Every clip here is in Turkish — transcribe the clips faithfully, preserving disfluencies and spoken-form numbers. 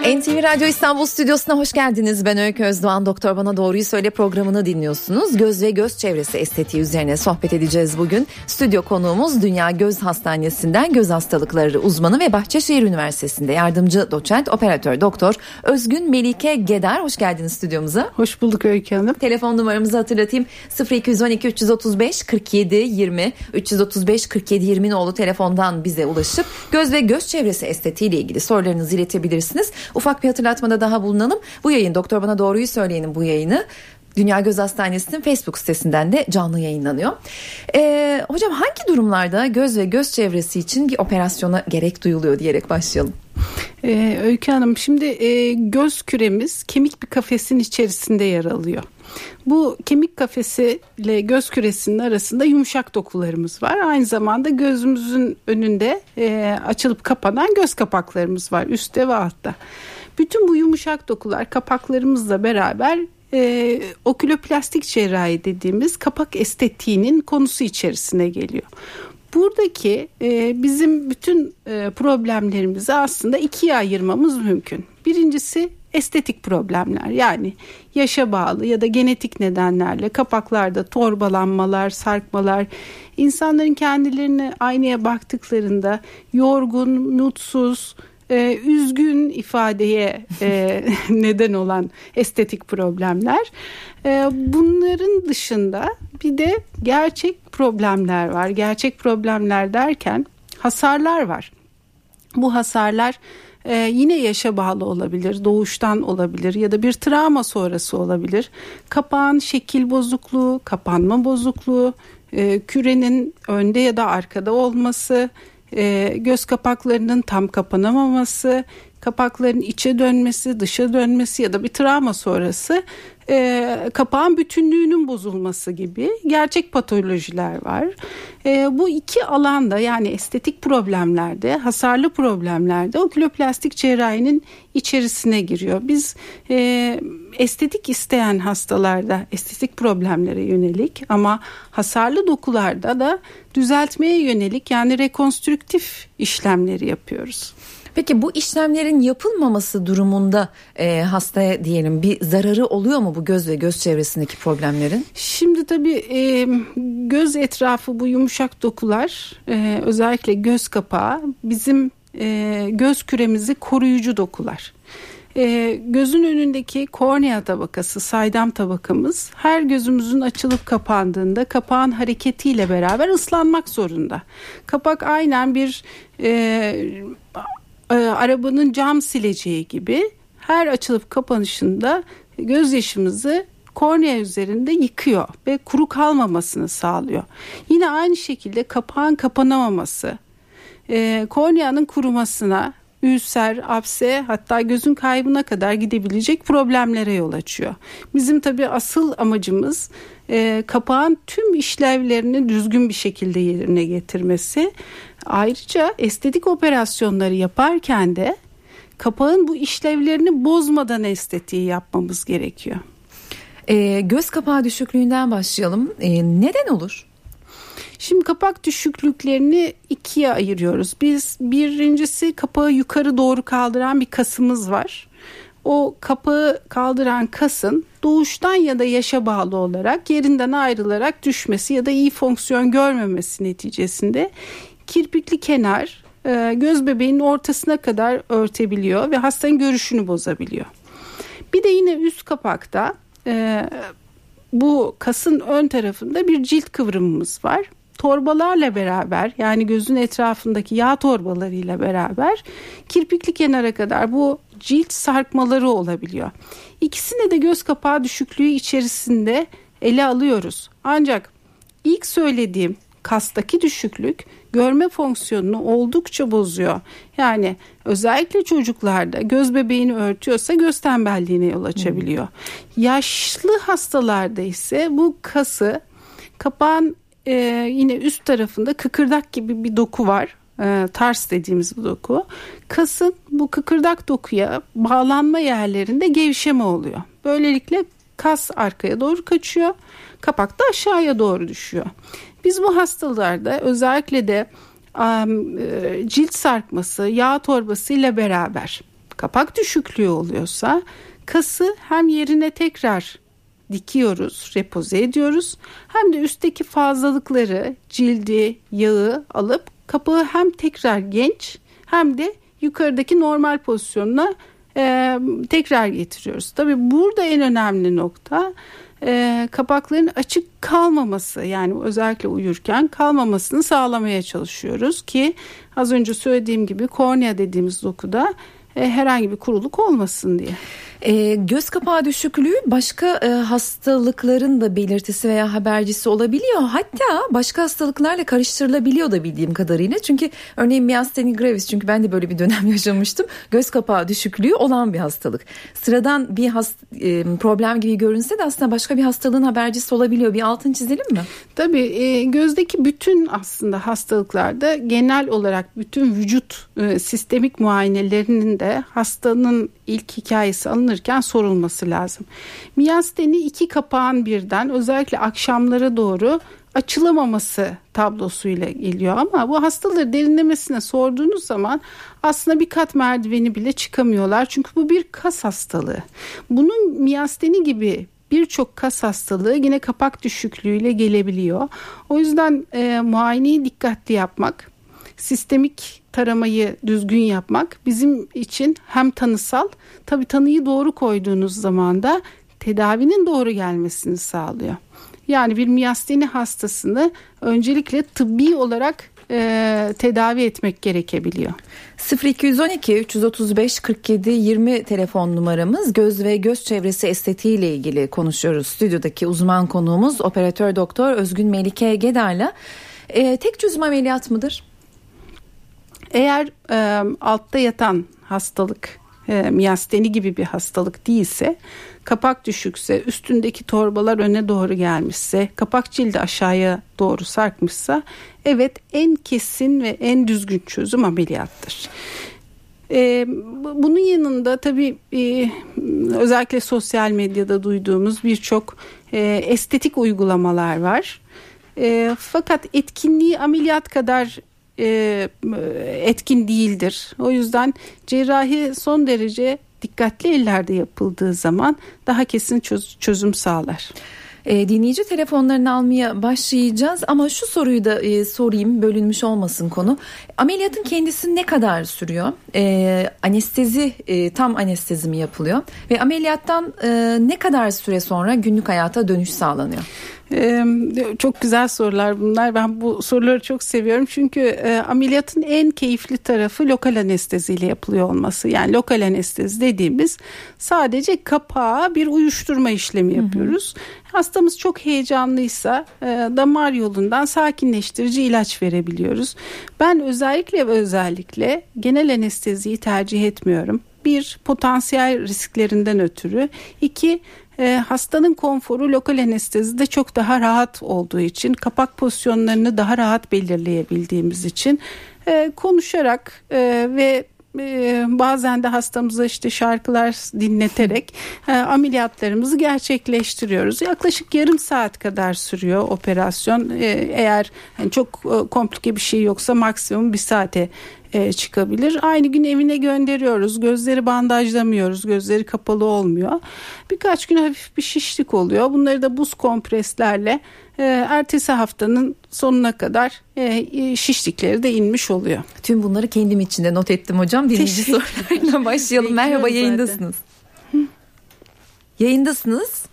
N T V Radyo İstanbul Stüdyosu'na hoş geldiniz. Ben Öykü Özdoğan. Doktor Bana Doğruyu Söyle programını dinliyorsunuz. Göz ve göz çevresi estetiği üzerine sohbet edeceğiz bugün. Stüdyo konuğumuz Dünya Göz Hastanesi'nden göz hastalıkları uzmanı ve Bahçeşehir Üniversitesi'nde yardımcı doçent operatör doktor Özgün Melike Geder. Hoş geldiniz stüdyomuza. Hoş bulduk Öykü Hanım. Telefon numaramızı hatırlatayım. sıfır iki on iki üç otuz beş kırk yedi yirmi üç otuz beş kırk yedi yirmi nolu telefondan bize ulaşıp göz ve göz çevresi estetiği ile ilgili sorularınızı iletebilirsiniz. Ufak bir hatırlatmada daha bulunalım. Bu yayın Doktor Bana Doğruyu Söyleyenin bu yayını Dünya Göz Hastanesi'nin Facebook sitesinden de canlı yayınlanıyor. Ee, hocam hangi durumlarda göz ve göz çevresi için bir operasyona gerek duyuluyor diyerek başlayalım. Ee, Öykü Hanım, şimdi e, göz küremiz kemik bir kafesin içerisinde yer alıyor. Bu kemik kafesi ile göz küresinin arasında yumuşak dokularımız var. Aynı zamanda gözümüzün önünde e, açılıp kapanan göz kapaklarımız var, üstte ve altta. Bütün bu yumuşak dokular kapaklarımızla beraber e, oküloplastik cerrahi dediğimiz kapak estetiğinin konusu içerisine geliyor. Buradaki e, bizim bütün e, problemlerimizi aslında ikiye ayırmamız mümkün. Birincisi estetik problemler, yani yaşa bağlı ya da genetik nedenlerle kapaklarda torbalanmalar, sarkmalar, insanların kendilerine aynaya baktıklarında yorgun, mutsuz, e, üzgün ifadeye e, neden olan estetik problemler. E, bunların dışında bir de gerçek problemler var. Gerçek problemler derken hasarlar var. Bu hasarlar Ee, yine yaşa bağlı olabilir, doğuştan olabilir ya da bir travma sonrası olabilir. Kapağın şekil bozukluğu, kapanma bozukluğu, e, kürenin önde ya da arkada olması, e, göz kapaklarının tam kapanamaması, kapakların içe dönmesi, dışa dönmesi ya da bir travma sonrası e, kapağın bütünlüğünün bozulması gibi gerçek patolojiler var. E, bu iki alanda, yani estetik problemlerde, hasarlı problemlerde oküloplastik cerrahinin içerisine giriyor. Biz e, estetik isteyen hastalarda estetik problemlere yönelik ama hasarlı dokularda da düzeltmeye yönelik, yani rekonstrüktif işlemleri yapıyoruz. Peki bu işlemlerin yapılmaması durumunda e, hastaya diyelim bir zararı oluyor mu bu göz ve göz çevresindeki problemlerin? Şimdi tabii e, göz etrafı bu yumuşak dokular, e, özellikle göz kapağı bizim e, göz küremizi koruyucu dokular. E, gözün önündeki kornea tabakası, saydam tabakamız her gözümüzün açılıp kapandığında kapağın hareketiyle beraber ıslanmak zorunda. Kapak aynen bir e, arabanın cam sileceği gibi her açılıp kapanışında gözyaşımızı kornea üzerinde yıkıyor ve kuru kalmamasını sağlıyor. Yine aynı şekilde kapağın kapanamaması, e, korneanın kurumasına, ülser, apse, hatta gözün kaybına kadar gidebilecek problemlere yol açıyor. Bizim tabii asıl amacımız e, kapağın tüm işlevlerini düzgün bir şekilde yerine getirmesi. Ayrıca estetik operasyonları yaparken de kapağın bu işlevlerini bozmadan estetiği yapmamız gerekiyor. E, göz kapağı düşüklüğünden başlayalım. E, neden olur? Şimdi kapak düşüklüklerini ikiye ayırıyoruz. Biz birincisi, kapağı yukarı doğru kaldıran bir kasımız var. O kapağı kaldıran kasın doğuştan ya da yaşa bağlı olarak yerinden ayrılarak düşmesi ya da iyi fonksiyon görmemesi neticesinde kirpikli kenar göz bebeğinin ortasına kadar örtebiliyor ve hastanın görüşünü bozabiliyor. Bir de yine üst kapakta bu kasın ön tarafında bir cilt kıvrımımız var. Torbalarla beraber, yani gözün etrafındaki yağ torbalarıyla beraber kirpikli kenara kadar bu cilt sarkmaları olabiliyor. İkisini de göz kapağı düşüklüğü içerisinde ele alıyoruz. Ancak ilk söylediğim kastaki düşüklük görme fonksiyonunu oldukça bozuyor. Yani özellikle çocuklarda göz bebeğini örtüyorsa göz tembelliğine yol açabiliyor. Hmm. Yaşlı hastalarda ise bu kası, kapağın e, yine üst tarafında kıkırdak gibi bir doku var. E, tars dediğimiz bu doku. Kasın bu kıkırdak dokuya bağlanma yerlerinde gevşeme oluyor. Böylelikle kas arkaya doğru kaçıyor. Kapak da aşağıya doğru düşüyor. Biz bu hastalarda özellikle de um, cilt sarkması, yağ torbası ile beraber kapak düşüklüğü oluyorsa kası hem yerine tekrar dikiyoruz, repoze ediyoruz. Hem de üstteki fazlalıkları, cildi, yağı alıp kapağı hem tekrar genç hem de yukarıdaki normal pozisyonuna e, tekrar getiriyoruz. Tabii burada en önemli nokta e, kapakların açık kalmaması, yani özellikle uyurken kalmamasını sağlamaya çalışıyoruz ki az önce söylediğim gibi kornea dediğimiz dokuda e, herhangi bir kuruluk olmasın diye. E, göz kapağı düşüklüğü başka e, hastalıkların da belirtisi veya habercisi olabiliyor. Hatta başka hastalıklarla karıştırılabiliyor da bildiğim kadarıyla. Çünkü örneğin miastenia gravis, çünkü ben de böyle bir dönem yaşamıştım. Göz kapağı düşüklüğü olan bir hastalık. Sıradan bir hast- e, problem gibi görünse de aslında başka bir hastalığın habercisi olabiliyor. Bir altını çizelim mi? Tabii e, gözdeki bütün aslında hastalıklarda genel olarak bütün vücut e, sistemik muayenelerinin de hastanın ilk hikayesi alınırken sorulması lazım. Miyasteni iki kapağın birden özellikle akşamlara doğru açılamaması tablosuyla geliyor ama bu hastaları derinlemesine sorduğunuz zaman aslında bir kat merdiveni bile çıkamıyorlar. Çünkü bu bir kas hastalığı. Bunun miyasteni gibi birçok kas hastalığı yine kapak düşüklüğüyle gelebiliyor. O yüzden e, muayeneyi dikkatli yapmak, sistemik taramayı düzgün yapmak bizim için hem tanısal, tabii tanıyı doğru koyduğunuz zaman da tedavinin doğru gelmesini sağlıyor. Yani bir miyasteni hastasını öncelikle tıbbi olarak e, tedavi etmek gerekebiliyor. sıfır iki on iki üç otuz beş kırk yedi yirmi telefon numaramız. Göz ve göz çevresi estetiği ile ilgili konuşuyoruz. Stüdyodaki uzman konuğumuz operatör doktor Özgün Melike Gedar'la. E, tek çözüm ameliyat mıdır? Eğer e, altta yatan hastalık e, miyasteni gibi bir hastalık değilse, kapak düşükse, üstündeki torbalar öne doğru gelmişse, kapak cildi aşağıya doğru sarkmışsa, evet, en kesin ve en düzgün çözüm ameliyattır. Ee, bunun yanında tabii e, özellikle sosyal medyada duyduğumuz birçok e, estetik uygulamalar var. E, fakat etkinliği ameliyat kadar e, etkin değildir. O yüzden cerrahi son derece dikkatli ellerde yapıldığı zaman daha kesin çöz, çözüm sağlar. E, dinleyici telefonlarını almaya başlayacağız ama şu soruyu da e, sorayım, bölünmüş olmasın konu. Ameliyatın kendisi ne kadar sürüyor? E, anestezi e, tam anestezi mi yapılıyor? Ve ameliyattan e, ne kadar süre sonra günlük hayata dönüş sağlanıyor? Ee, çok güzel sorular bunlar. Ben bu soruları çok seviyorum. Çünkü e, ameliyatın en keyifli tarafı lokal anesteziyle yapılıyor olması. Yani lokal anestezi dediğimiz sadece kapağa bir uyuşturma işlemi yapıyoruz. Hı hı. Hastamız çok heyecanlıysa e, damar yolundan sakinleştirici ilaç verebiliyoruz. Ben özellikle ve özellikle genel anesteziyi tercih etmiyorum. Bir, potansiyel risklerinden ötürü. İki, e, hastanın konforu lokal anestezide çok daha rahat olduğu için, kapak pozisyonlarını daha rahat belirleyebildiğimiz için e, konuşarak e, ve e, bazen de hastamıza işte şarkılar dinleterek e, ameliyatlarımızı gerçekleştiriyoruz. Yaklaşık yarım saat kadar sürüyor operasyon. E, eğer yani çok e, komplike bir şey yoksa maksimum bir saate E, çıkabilir. Aynı gün evine gönderiyoruz. Gözleri bandajlamıyoruz. Gözleri kapalı olmuyor. Birkaç gün hafif bir şişlik oluyor. Bunları da buz kompreslerle e, ertesi haftanın sonuna kadar e, şişlikleri de inmiş oluyor. Tüm bunları kendim için de not ettim hocam. Dinleyici sorularına başlayalım. Merhaba, yayındasınız. Yayındasınız.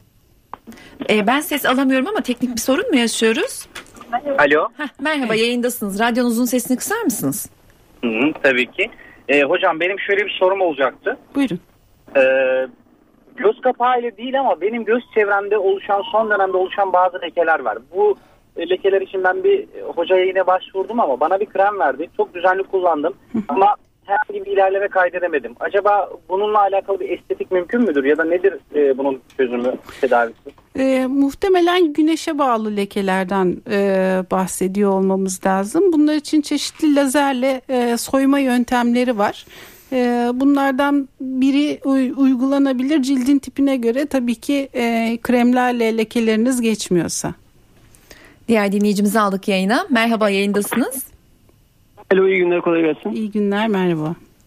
E, ben ses alamıyorum ama teknik bir sorun mu yaşıyoruz? Alo. Heh, merhaba, yayındasınız. Radyonuzun sesini kısar mısınız? Hı hı, tabii ki. Ee, hocam benim şöyle bir sorum olacaktı. Buyurun. Ee, göz kapağı ile değil ama benim göz çevremde oluşan, son dönemde oluşan bazı lekeler var. Bu e, lekeler için ben bir hocaya yine başvurdum ama bana bir krem verdi. Çok düzenli kullandım ama herhangi bir ilerleme kaydedemedim. Acaba bununla alakalı bir estetik mümkün müdür ya da nedir e, bunun çözümü, tedavisi? E, muhtemelen güneşe bağlı lekelerden e, bahsediyor olmamız lazım. Bunlar için çeşitli lazerle e, soyma yöntemleri var. E, bunlardan biri uy- uygulanabilir cildin tipine göre, tabii ki e, kremlerle lekeleriniz geçmiyorsa. Diğer dinleyicimizi aldık yayına. Merhaba, yayındasınız. Alo, iyi günler, kolay gelsin. İyi günler, merhaba.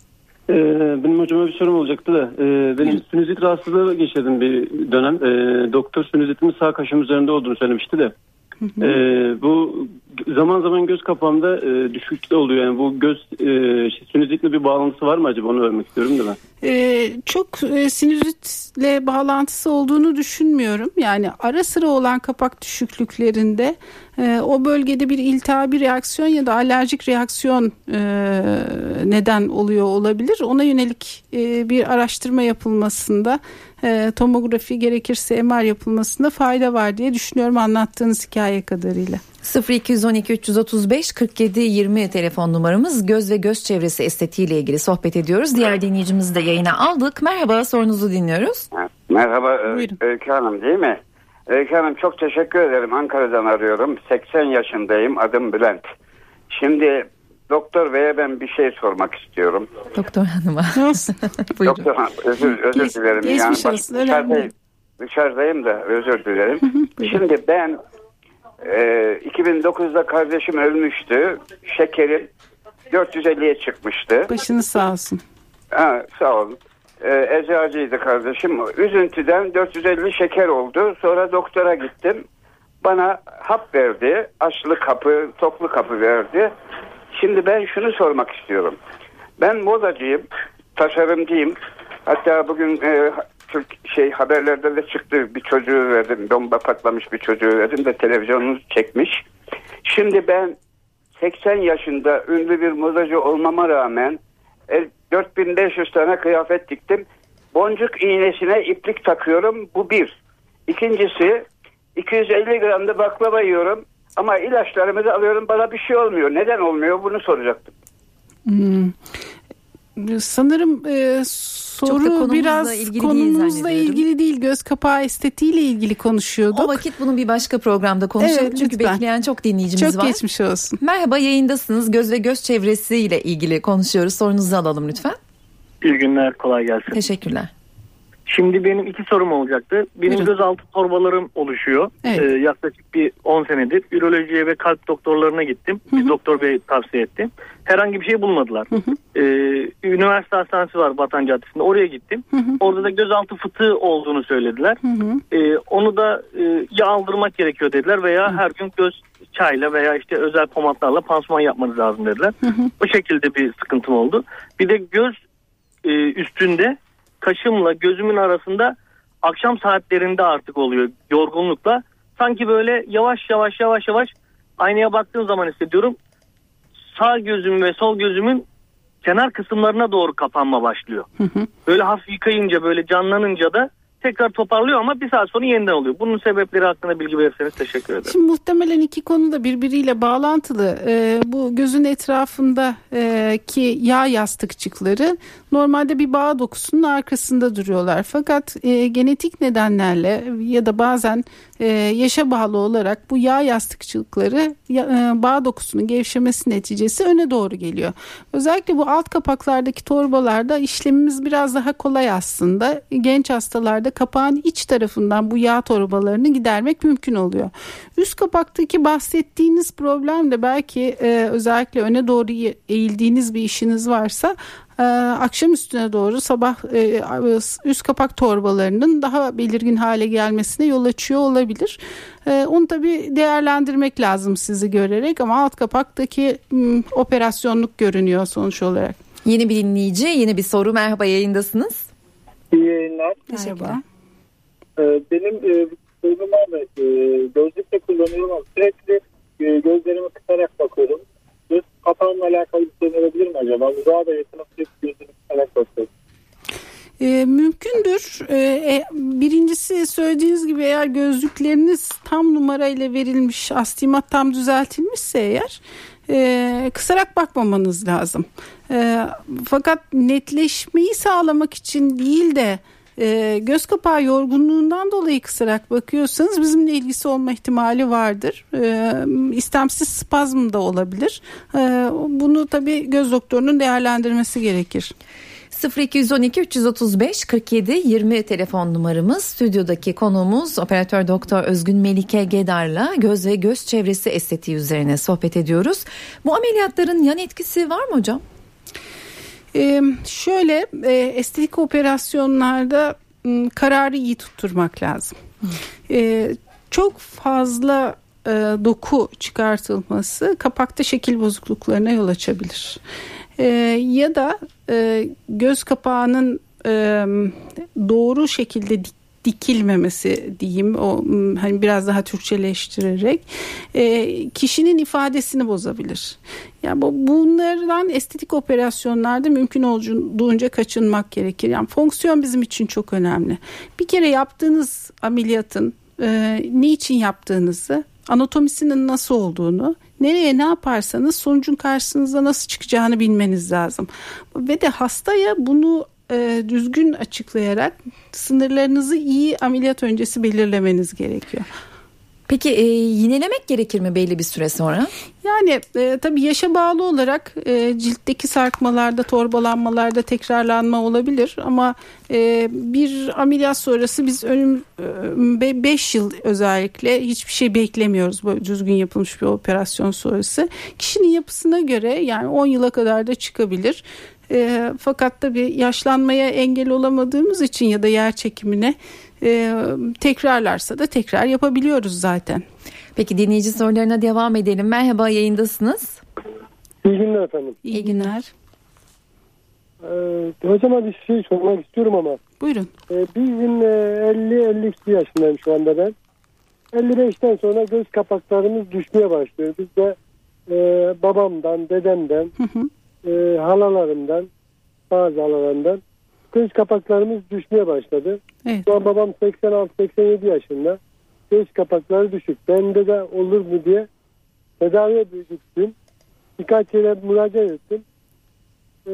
Ee, benim hocama bir sorum olacaktı da ee, benim sinüzit rahatsızlığı geçirdim bir dönem. Ee, doktor sinüzitimin sağ kaşım üzerinde olduğunu söylemişti de. Hı hı. Ee, bu zaman zaman göz kapağımda e, düşüklük oluyor. Yani bu göz e, sinüzitle bir bağlantısı var mı acaba? Onu öğrenmek istiyorum da ben. Ee, çok e, sinüzitle bağlantısı olduğunu düşünmüyorum. Yani ara sıra olan kapak düşüklüklerinde e, o bölgede bir iltihabi reaksiyon ya da alerjik reaksiyon e, neden oluyor olabilir. Ona yönelik e, bir araştırma yapılmasında, e, tomografi gerekirse M R yapılmasında fayda var diye düşünüyorum anlattığınız hikaye kadarıyla. sıfır iki on iki üç otuz beş kırk yedi yirmi telefon numaramız. Göz ve göz çevresi estetiği ile ilgili sohbet ediyoruz. Diğer dinleyicimizi de yayına aldık. Merhaba, sorunuzu dinliyoruz. Merhaba Öykü Hanım, değil mi? Öykü Hanım, çok teşekkür ederim. Ankara'dan arıyorum. seksen yaşındayım. Adım Bülent. Şimdi doktor beye ben bir şey sormak istiyorum. Doktor hanıma. Doktor hanım, özür, özür Geç, dilerim. Geçmiş yani olsun. dışarıdayım, dışarıdayım da özür dilerim. Şimdi ben e, iki bin dokuzda kardeşim ölmüştü. Şekerim dört yüz elliye çıkmıştı. Başınız sağ olsun. Ha, sağ olun. Ee, eczacıydı kardeşim. Üzüntüden dört yüz elli şeker oldu. Sonra doktora gittim. Bana hap verdi. Açlı kapı, toklu kapı verdi. Şimdi ben şunu sormak istiyorum. Ben modacıyım, tasarımcıyım. Hatta bugün e, Türk şey haberlerde de çıktı. Bir çocuğu verdim. Bomba patlamış bir çocuğu verdim de televizyonunu çekmiş. Şimdi ben seksen yaşında ünlü bir modacı olmama rağmen dört bin beş yüz tane kıyafet diktim. Boncuk iğnesine iplik takıyorum. Bu bir. İkincisi, iki yüz elli gram da baklava yiyorum. Ama ilaçlarımı da alıyorum. Bana bir şey olmuyor. Neden olmuyor? Bunu soracaktım. Hmm. Sanırım e, soru biraz ilgili konumuzla değil ilgili değil. Göz kapağı estetiğiyle ilgili konuşuyorduk. O vakit bunu bir başka programda konuşalım. Evet, çünkü lütfen. Bekleyen çok dinleyicimiz çok var. Çok geçmiş olsun. Merhaba, yayındasınız. Göz ve göz çevresiyle ilgili konuşuyoruz. Sorunuzu alalım lütfen. İyi günler, kolay gelsin. Teşekkürler. Şimdi benim iki sorum olacaktı. Benim Buyurun. gözaltı torbalarım oluşuyor. Evet. Ee, yaklaşık bir on senedir. Ürolojiye ve kalp doktorlarına gittim. Hı hı. Bir doktor bey tavsiye etti. Herhangi bir şey bulmadılar. Hı hı. Ee, üniversite hastanesi var Vatan Caddesi'nde. Oraya gittim. Hı hı. Orada da gözaltı fıtığı olduğunu söylediler. Hı hı. Ee, onu da e, ya aldırmak gerekiyor dediler veya hı. her gün göz çayla veya işte özel pomatlarla pansuman yapmanız lazım dediler. Hı hı. O şekilde bir sıkıntım oldu. Bir de göz e, üstünde kaşımla gözümün arasında akşam saatlerinde artık oluyor yorgunlukla. Sanki böyle yavaş yavaş yavaş yavaş aynaya baktığım zaman hissediyorum. Sağ gözüm ve sol gözümün kenar kısımlarına doğru kapanma başlıyor. Hı hı. Böyle hafif yıkayınca, böyle canlanınca da tekrar toparlıyor ama bir saat sonra yeniden oluyor. Bunun sebepleri hakkında bilgi verirseniz teşekkür ederim. Şimdi muhtemelen iki konu da birbiriyle bağlantılı. Ee, bu gözün etrafındaki yağ yastıkçıkları normalde bir bağ dokusunun arkasında duruyorlar. Fakat e, genetik nedenlerle ya da bazen e, yaşa bağlı olarak bu yağ yastıkçıkları ya, e, bağ dokusunun gevşemesi neticesi öne doğru geliyor. Özellikle bu alt kapaklardaki torbalarda işlemimiz biraz daha kolay aslında. Genç hastalarda kapağın iç tarafından bu yağ torbalarını gidermek mümkün oluyor. Üst kapaktaki bahsettiğiniz problem de belki e, özellikle öne doğru eğildiğiniz bir işiniz varsa e, akşam üstüne doğru sabah e, üst kapak torbalarının daha belirgin hale gelmesine yol açıyor olabilir. E, onu tabii değerlendirmek lazım sizi görerek ama alt kapaktaki m, operasyonluk görünüyor sonuç olarak. Yeni bir dinleyici, yeni bir soru. Merhaba, yayındasınız. İyi yayınlar. Merhaba. Benim e, sorunum var. E, gözlük de kullanıyorum ama sürekli e, gözlerimi kısarak bakıyorum. Göz kapağımla alakalı bir şey olabilir mi acaba? Uzağa da yakına sürekli gözlerimi kısarak bakıyorum. E, mümkündür. E, birincisi söylediğiniz gibi eğer gözlükleriniz tam numarayla verilmiş, astigmat tam düzeltilmişse eğer e, kısarak bakmamanız lazım. E, fakat netleşmeyi sağlamak için değil de e, göz kapağı yorgunluğundan dolayı kısarak bakıyorsanız bizimle ilgisi olma ihtimali vardır. E, istemsiz spazm da olabilir. E, bunu tabii göz doktorunun değerlendirmesi gerekir. sıfır iki on iki üç otuz beş kırk yedi yirmi telefon numaramız. Stüdyodaki konuğumuz operatör doktor Özgün Melike Gedar'la göz ve göz çevresi estetiği üzerine sohbet ediyoruz. Bu ameliyatların yan etkisi var mı hocam? Ee, şöyle e, estetik operasyonlarda m, kararı iyi tutturmak lazım. Ee, çok fazla e, doku çıkartılması kapakta şekil bozukluklarına yol açabilir. Ee, ya da e, göz kapağının e, doğru şekilde dik dikilmemesi diyeyim, o hani biraz daha Türkçeleştirerek e, kişinin ifadesini bozabilir. Yani bu, bunlardan estetik operasyonlarda mümkün olduğunca kaçınmak gerekir. Yani fonksiyon bizim için çok önemli. Bir kere yaptığınız ameliyatın e, niçin yaptığınızı, anatomisinin nasıl olduğunu, nereye ne yaparsanız sonucun karşınıza nasıl çıkacağını bilmeniz lazım. Ve de hastaya bunu e, düzgün açıklayarak sınırlarınızı iyi ameliyat öncesi belirlemeniz gerekiyor. Peki e, yinelemek gerekir mi belli bir süre sonra? Yani e, tabii yaşa bağlı olarak e, ciltteki sarkmalarda, torbalanmalarda tekrarlanma olabilir ama e, bir ameliyat sonrası biz önüm beş yıl özellikle hiçbir şey beklemiyoruz böyle düzgün yapılmış bir operasyon sonrası. Kişinin yapısına göre yani on yıla kadar da çıkabilir. E, fakat tabii yaşlanmaya engel olamadığımız için ya da yer çekimine e, tekrarlarsa da tekrar yapabiliyoruz zaten. Peki dinleyici sorularına devam edelim. Merhaba, yayındasınız. İyi günler efendim. İyi günler. Ee, hocama bir şey sormak istiyorum ama. Buyurun. Ee, bizim elli elli iki yaşındayım şu anda ben. elli beşten sonra göz kapaklarımız düşmeye başlıyor. Biz de e, babamdan, dedemden, hı hı. E, halalarımdan, bazı halalarımdan göz kapaklarımız düşmeye başladı. Evet. Şu an babam seksen altı seksen yedi yaşında. Göz kapakları düşük. Bende de olur mu diye tedaviye gittim. Birkaç yere müracaat ettim. Ee,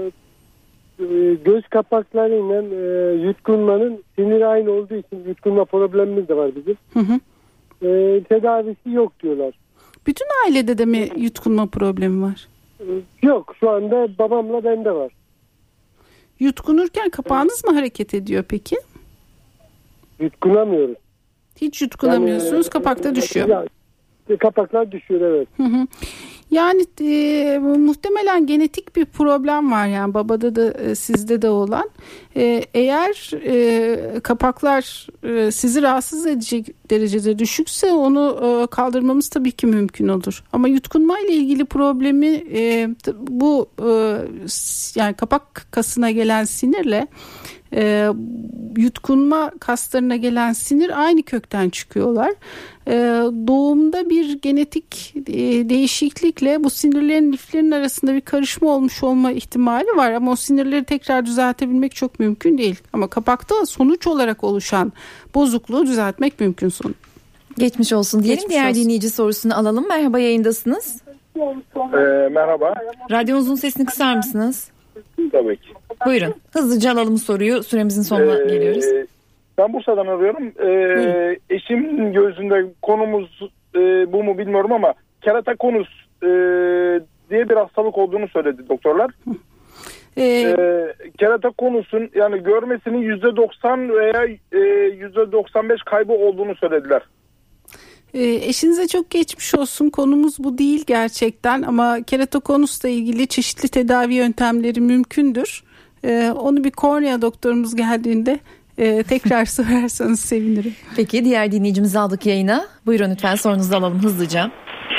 göz kapaklarıyla e, yutkunmanın sinir aynı olduğu için yutkunma problemimiz de var bizim. Hı hı. Ee, tedavisi yok diyorlar. Bütün ailede de mi yutkunma problemi var? Ee, yok. Şu anda babamla bende var. Yutkunurken kapağınız mı hareket ediyor peki? Yutkunamıyoruz. Hiç yutkunamıyorsunuz, yani, kapakta düşüyor. Ya, kapaklar düşüyor, evet. Hı hı. Yani e, muhtemelen genetik bir problem var yani babada da e, sizde de olan. E, eğer e, kapaklar e, sizi rahatsız edecek derecede düşükse onu e, kaldırmamız tabii ki mümkün olur. Ama yutkunma ile ilgili problemi e, bu e, yani kapak kasına gelen sinirle E, yutkunma kaslarına gelen sinir aynı kökten çıkıyorlar. E, doğumda bir genetik e, değişiklikle bu sinirlerin liflerin arasında bir karışma olmuş olma ihtimali var ama o sinirleri tekrar düzeltebilmek çok mümkün değil. Ama kapakta sonuç olarak oluşan bozukluğu düzeltmek mümkün son. Geçmiş olsun diyelim. Geçmiş Diğer olsun. dinleyici sorusunu alalım. Merhaba, yayındasınız. Ee, merhaba. Radyonuzun sesini kısar mısınız? Tabii ki. Buyurun. Hızlıca alalım soruyu. Süremizin sonuna ee, geliyoruz. Ben Bursa'dan arıyorum. Ee, eşimin gözünde konumuz e, bu mu bilmiyorum ama keratokonus e, diye bir hastalık olduğunu söyledi doktorlar. Ee, ee, keratokonusun yani görmesinin yüzde doksan veya e, yüzde doksan beş kaybı olduğunu söylediler. E, eşinize çok geçmiş olsun. Konumuz bu değil gerçekten ama keratokonusla ilgili çeşitli tedavi yöntemleri mümkündür. E, onu bir kornea doktorumuz geldiğinde e, tekrar sorarsanız sevinirim. Peki, diğer dinleyicimizi aldık yayına. Buyurun lütfen, sorunuzu alalım hızlıca.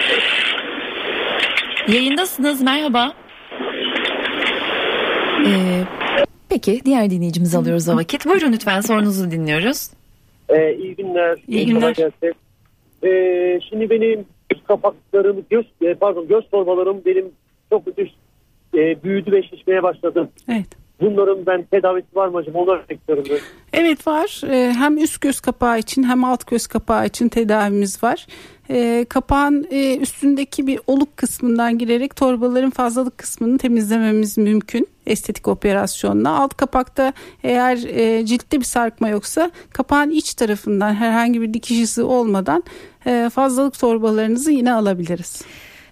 Yayındasınız, merhaba. Ee, peki, diğer dinleyicimizi alıyoruz o vakit. Buyurun lütfen, sorunuzu dinliyoruz. Ee, iyi günler. İyi günler. Ee, şimdi benim göz kapaklarım, göz pardon göz torbalarım benim çok kötü e, büyüdü ve şişmeye başladı. Evet. Bunların ben tedavisi var mı acaba? Onları bekliyorum. Evet, var. Ee, hem üst göz kapağı için hem alt göz kapağı için tedavimiz var. Ee, kapağın e, üstündeki bir oluk kısmından girerek torbaların fazlalık kısmını temizlememiz mümkün estetik operasyonla. Alt kapakta eğer e, ciltte bir sarkma yoksa kapağın iç tarafından herhangi bir dikiş izi olmadan e, fazlalık torbalarınızı yine alabiliriz.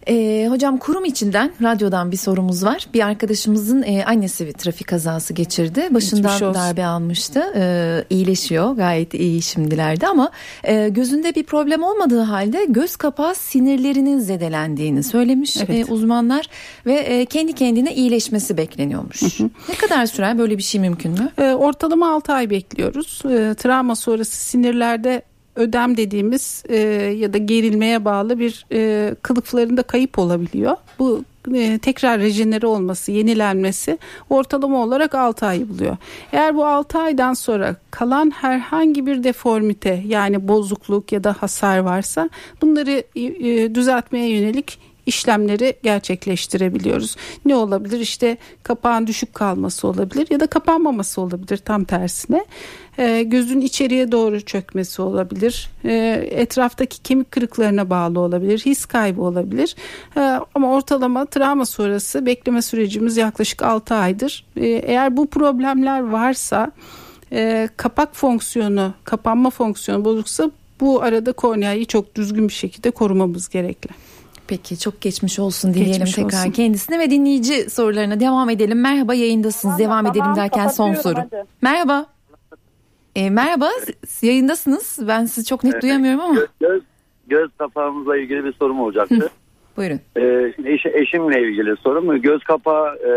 Ee, hocam kurum içinden radyodan bir sorumuz var. Bir arkadaşımızın e, annesi bir trafik kazası geçirdi. Başından darbe almıştı. Ee, iyileşiyor, gayet iyi şimdilerde ama e, gözünde bir problem olmadığı halde göz kapağı sinirlerinin zedelendiğini söylemiş evet. e, uzmanlar ve e, kendi kendine iyileşmesi bekleniyormuş. Hı hı. Ne kadar sürer, böyle bir şey mümkün mü? E, ortalama altı ay bekliyoruz. E, travma sonrası sinirlerde ödem dediğimiz e, ya da gerilmeye bağlı bir e, kılıflarında kayıp olabiliyor. Bu e, tekrar rejenere olması, yenilenmesi ortalama olarak altı ay buluyor. Eğer bu altı aydan sonra kalan herhangi bir deformite, yani bozukluk ya da hasar varsa bunları e, düzeltmeye yönelik işlemleri gerçekleştirebiliyoruz. Ne olabilir? İşte kapağın düşük kalması olabilir ya da kapanmaması olabilir, tam tersine. E, gözün içeriye doğru çökmesi olabilir. E, etraftaki kemik kırıklarına bağlı olabilir. His kaybı olabilir. E, ama ortalama travma sonrası bekleme sürecimiz yaklaşık altı aydır. E, eğer bu problemler varsa, e, kapak fonksiyonu, kapanma fonksiyonu bozuksa bu arada korneayı çok düzgün bir şekilde korumamız gerekli. Peki, çok geçmiş olsun dileyelim geçmiş tekrar olsun. kendisine ve dinleyici sorularına devam edelim. Merhaba, yayındasınız. Tamam, devam tamam, edelim derken son soru. Hadi. Merhaba. E, merhaba, yayındasınız. Ben sizi çok net evet, duyamıyorum ama. Göz, göz, göz kapağımızla ilgili bir sorum olacaktı. Hı, buyurun. E, şimdi eş, eşimle ilgili sorum. Göz kapağı e,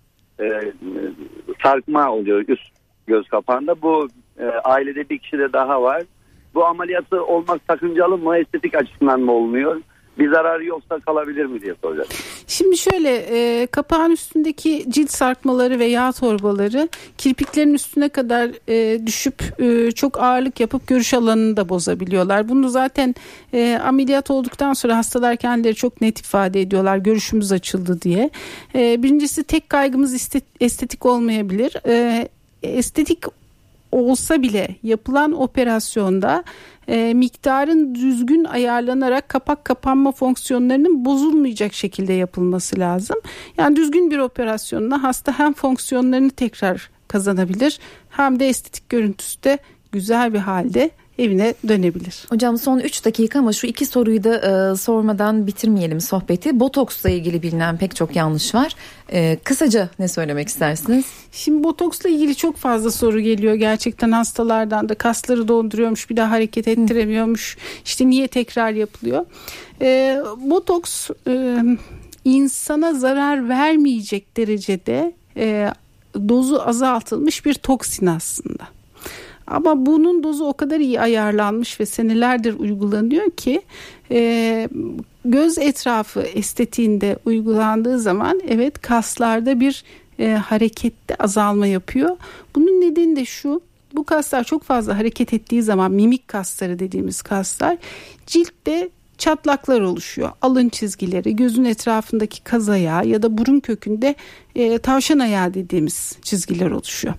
e, sarkma oluyor üst göz kapağında. Bu e, ailede bir kişi de daha var. Bu ameliyatı olmak sakıncalı mı? Estetik açısından mı olmuyor? Bir zararı yoksa kalabilir mi diye soracağım. Şimdi şöyle, e, kapağın üstündeki cilt sarkmaları ve yağ torbaları kirpiklerin üstüne kadar e, düşüp e, çok ağırlık yapıp görüş alanını da bozabiliyorlar. Bunu zaten e, ameliyat olduktan sonra hastalar kendileri çok net ifade ediyorlar. Görüşümüz açıldı diye. E, birincisi, tek kaygımız estetik olmayabilir. E, estetik olsa bile yapılan operasyonda e, miktarın düzgün ayarlanarak kapak kapanma fonksiyonlarının bozulmayacak şekilde yapılması lazım. Yani düzgün bir operasyonla hasta hem fonksiyonlarını tekrar kazanabilir hem de estetik görüntüsü de güzel bir halde evine dönebilir. Hocam son üç dakika ama şu iki soruyu da e, sormadan bitirmeyelim sohbeti. Botoksla ilgili bilinen pek çok yanlış var. E, kısaca ne söylemek istersiniz? Şimdi botoksla ilgili çok fazla soru geliyor gerçekten hastalardan da. Kasları donduruyormuş, bir daha hareket ettiremiyormuş. İşte niye tekrar yapılıyor? E, botoks e, insana zarar vermeyecek derecede e, dozu azaltılmış bir toksin aslında. Ama bunun dozu o kadar iyi ayarlanmış ve senelerdir uygulanıyor ki e, göz etrafı estetiğinde uygulandığı zaman evet kaslarda bir e, harekette azalma yapıyor. Bunun nedeni de şu: bu kaslar çok fazla hareket ettiği zaman, mimik kasları dediğimiz kaslar, ciltte çatlaklar oluşuyor. Alın çizgileri, gözün etrafındaki kaz ayağı ya da burun kökünde e, tavşan ayağı dediğimiz çizgiler oluşuyor.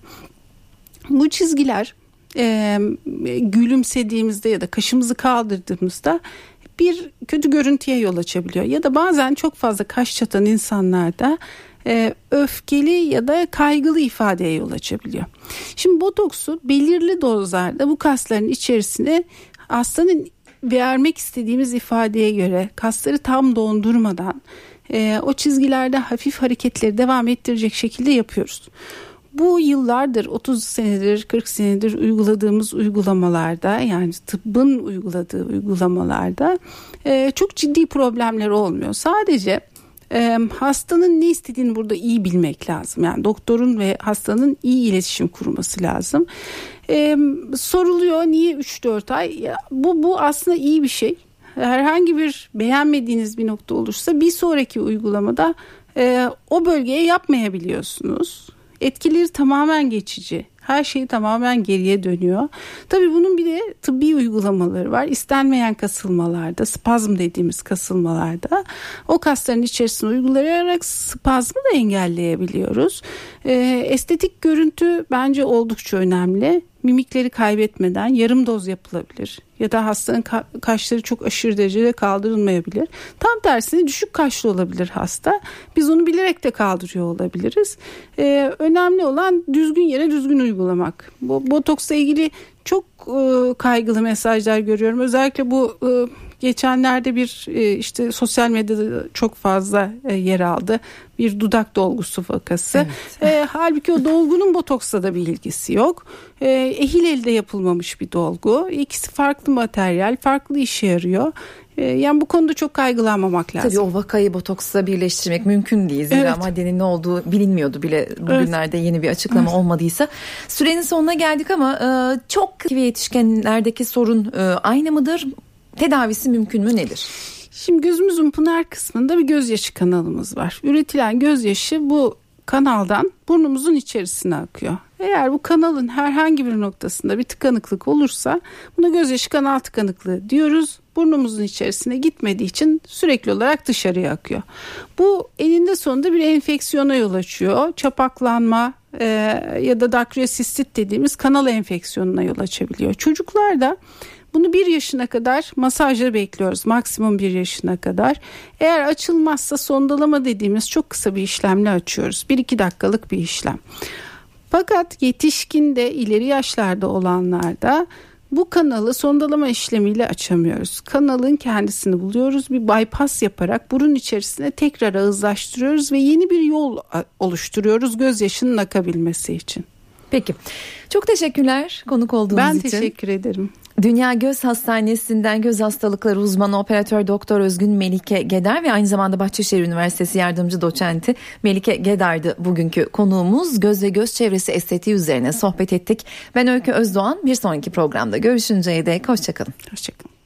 Bu çizgiler e, gülümsediğimizde ya da kaşımızı kaldırdığımızda bir kötü görüntüye yol açabiliyor. Ya da bazen çok fazla kaş çatan insanlarda e, öfkeli ya da kaygılı ifadeye yol açabiliyor. Şimdi botoksu belirli dozlarda bu kasların içerisine hastanın vermek istediğimiz ifadeye göre kasları tam dondurmadan e, o çizgilerde hafif hareketleri devam ettirecek şekilde yapıyoruz. Bu yıllardır, otuz senedir, kırk senedir uyguladığımız uygulamalarda, yani tıbbın uyguladığı uygulamalarda e, çok ciddi problemler olmuyor. Sadece e, hastanın ne istediğini burada iyi bilmek lazım. Yani doktorun ve hastanın iyi iletişim kurması lazım. E, soruluyor niye üç dört ay? Ya, bu, bu aslında iyi bir şey. Herhangi bir beğenmediğiniz bir nokta olursa bir sonraki uygulamada e, o bölgeye yapmayabiliyorsunuz. Etkileri tamamen geçici. Her şey tamamen geriye dönüyor. Tabii bunun bir de tıbbi uygulamaları var. İstenmeyen kasılmalarda, spazm dediğimiz kasılmalarda o kasların içerisine uygulayarak spazmı da engelleyebiliyoruz. Ee, estetik görüntü bence oldukça önemli. Mimikleri kaybetmeden yarım doz yapılabilir. Ya da hastanın ka- kaşları çok aşırı derecede kaldırılmayabilir. Tam tersine düşük kaşlı olabilir hasta. Biz onu bilerek de kaldırıyor olabiliriz. Ee, önemli olan düzgün yere düzgün uygulamak. Bu botoksla ilgili çok e, kaygılı mesajlar görüyorum. Özellikle bu e, Geçenlerde bir e, işte sosyal medyada çok fazla e, yer aldı. Bir dudak dolgusu vakası. Evet. E, halbuki o dolgunun botoksla da bir ilgisi yok. E, ehil elde yapılmamış bir dolgu. İkisi farklı materyal, farklı işe yarıyor. E, yani bu konuda çok kaygılanmamak lazım. Tabii o vakayı botoksla birleştirmek mümkün değil. Zira evet. maddenin ne olduğu bilinmiyordu bile bugünlerde evet. yeni bir açıklama evet. olmadıysa. Sürenin sonuna geldik ama e, çok ve yetişkinlerdeki sorun e, aynı mıdır? Tedavisi mümkün mü, nedir? Şimdi gözümüzün pınar kısmında bir gözyaşı kanalımız var. Üretilen gözyaşı bu kanaldan burnumuzun içerisine akıyor. Eğer bu kanalın herhangi bir noktasında bir tıkanıklık olursa buna gözyaşı kanal tıkanıklığı diyoruz. Burnumuzun içerisine gitmediği için sürekli olarak dışarıya akıyor. Bu eninde sonunda bir enfeksiyona yol açıyor. Çapaklanma e, ya da dakriyosistit dediğimiz kanal enfeksiyonuna yol açabiliyor. Çocuklarda bunu bir yaşına kadar masajla bekliyoruz. Maksimum bir yaşına kadar. Eğer açılmazsa sondalama dediğimiz çok kısa bir işlemle açıyoruz. bir iki dakikalık bir işlem. Fakat yetişkinde, ileri yaşlarda olanlarda bu kanalı sondalama işlemiyle açamıyoruz. Kanalın kendisini buluyoruz. Bir bypass yaparak burun içerisine tekrar ağızlaştırıyoruz ve yeni bir yol oluşturuyoruz gözyaşının akabilmesi için. Peki. Çok teşekkürler konuk olduğunuz ben için. Ben teşekkür ederim. Dünya Göz Hastanesi'nden göz hastalıkları uzmanı operatör doktor Özgün Melike Gedar ve aynı zamanda Bahçeşehir Üniversitesi yardımcı doçenti Melike Gedar'dı bugünkü konuğumuz. Göz ve göz çevresi estetiği üzerine sohbet ettik. Ben Öykü Özdoğan. Bir sonraki programda görüşünceye dek hoşçakalın. Hoşçakalın.